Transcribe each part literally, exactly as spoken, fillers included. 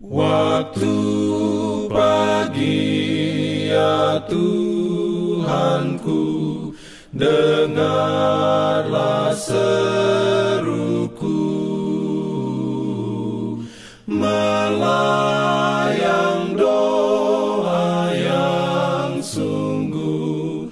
Waktu pagi ya Tuhanku, dengarlah seruku, melayang doa yang sungguh,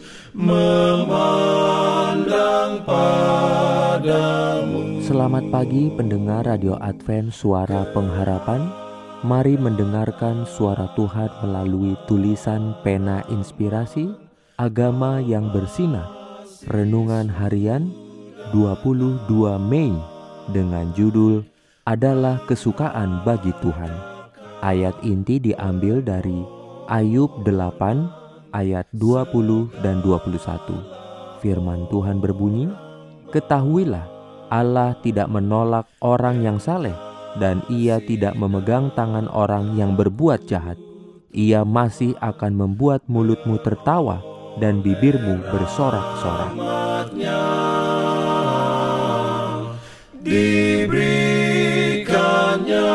memandang padamu. Selamat pagi pendengar Radio Advent Suara Pengharapan. Mari mendengarkan suara Tuhan melalui tulisan pena inspirasi Agama yang Bersinar. Renungan harian dua puluh dua Mei dengan judul Adalah Kesukaan Bagi Tuhan. Ayat inti diambil dari Ayub delapan ayat dua puluh dan dua puluh satu. Firman Tuhan berbunyi, "Ketahuilah, Allah tidak menolak orang yang saleh, dan Ia tidak memegang tangan orang yang berbuat jahat. Ia masih akan membuat mulutmu tertawa dan bibirmu bersorak-sorak." Diberikannya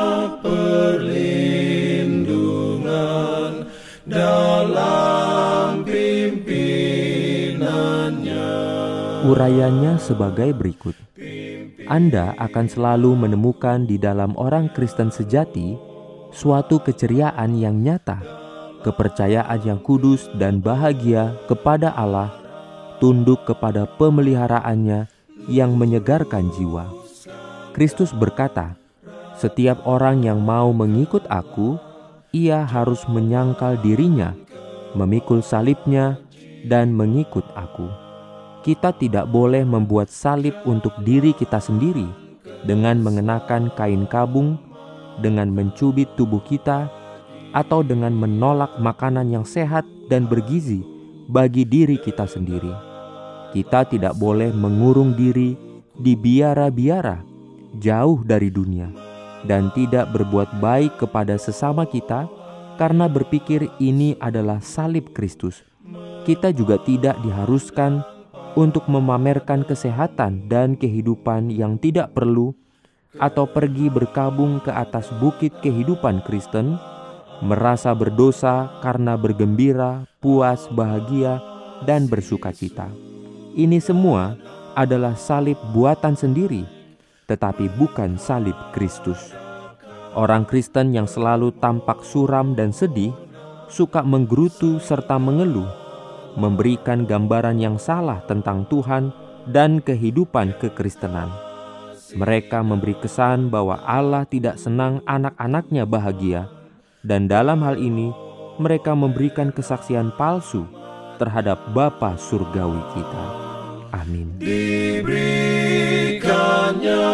perlindungan dalam pimpinannya. Urayanya sebagai berikut. Anda akan selalu menemukan di dalam orang Kristen sejati suatu keceriaan yang nyata, kepercayaan yang kudus dan bahagia kepada Allah, tunduk kepada pemeliharaannya yang menyegarkan jiwa. Kristus berkata, "Setiap orang yang mau mengikut aku, ia harus menyangkal dirinya, memikul salibnya, dan mengikut aku." Kita tidak boleh membuat salib untuk diri kita sendiri dengan mengenakan kain kabung, dengan mencubit tubuh kita, atau dengan menolak makanan yang sehat dan bergizi bagi diri kita sendiri. Kita tidak boleh mengurung diri di biara-biara jauh dari dunia dan tidak berbuat baik kepada sesama kita karena berpikir ini adalah salib Kristus. Kita juga tidak diharuskan untuk memamerkan kesehatan dan kehidupan yang tidak perlu, atau pergi berkabung ke atas bukit kehidupan Kristen, merasa berdosa karena bergembira, puas, bahagia, dan bersukacita. Ini semua adalah salib buatan sendiri, tetapi bukan salib Kristus. Orang Kristen yang selalu tampak suram dan sedih, suka menggerutu serta mengeluh, memberikan gambaran yang salah tentang Tuhan dan kehidupan kekristenan. Mereka memberi kesan bahwa Allah tidak senang anak-anaknya bahagia, dan dalam hal ini mereka memberikan kesaksian palsu terhadap Bapa Surgawi kita. Amin. Diberikannya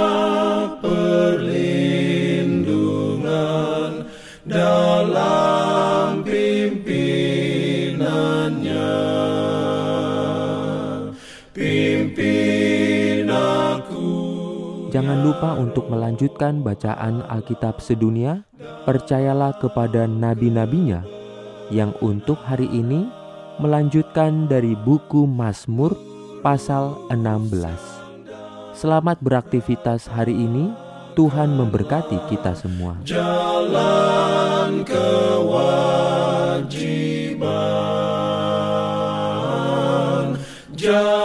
perlindungan dalam pimpinannya. Pimpin aku. Jangan lupa untuk melanjutkan bacaan Alkitab sedunia. Percayalah kepada nabi-nabinya yang untuk hari ini melanjutkan dari buku Mazmur pasal enam belas. Selamat beraktivitas hari ini. Tuhan memberkati kita semua. Jalan kewajiban, jalan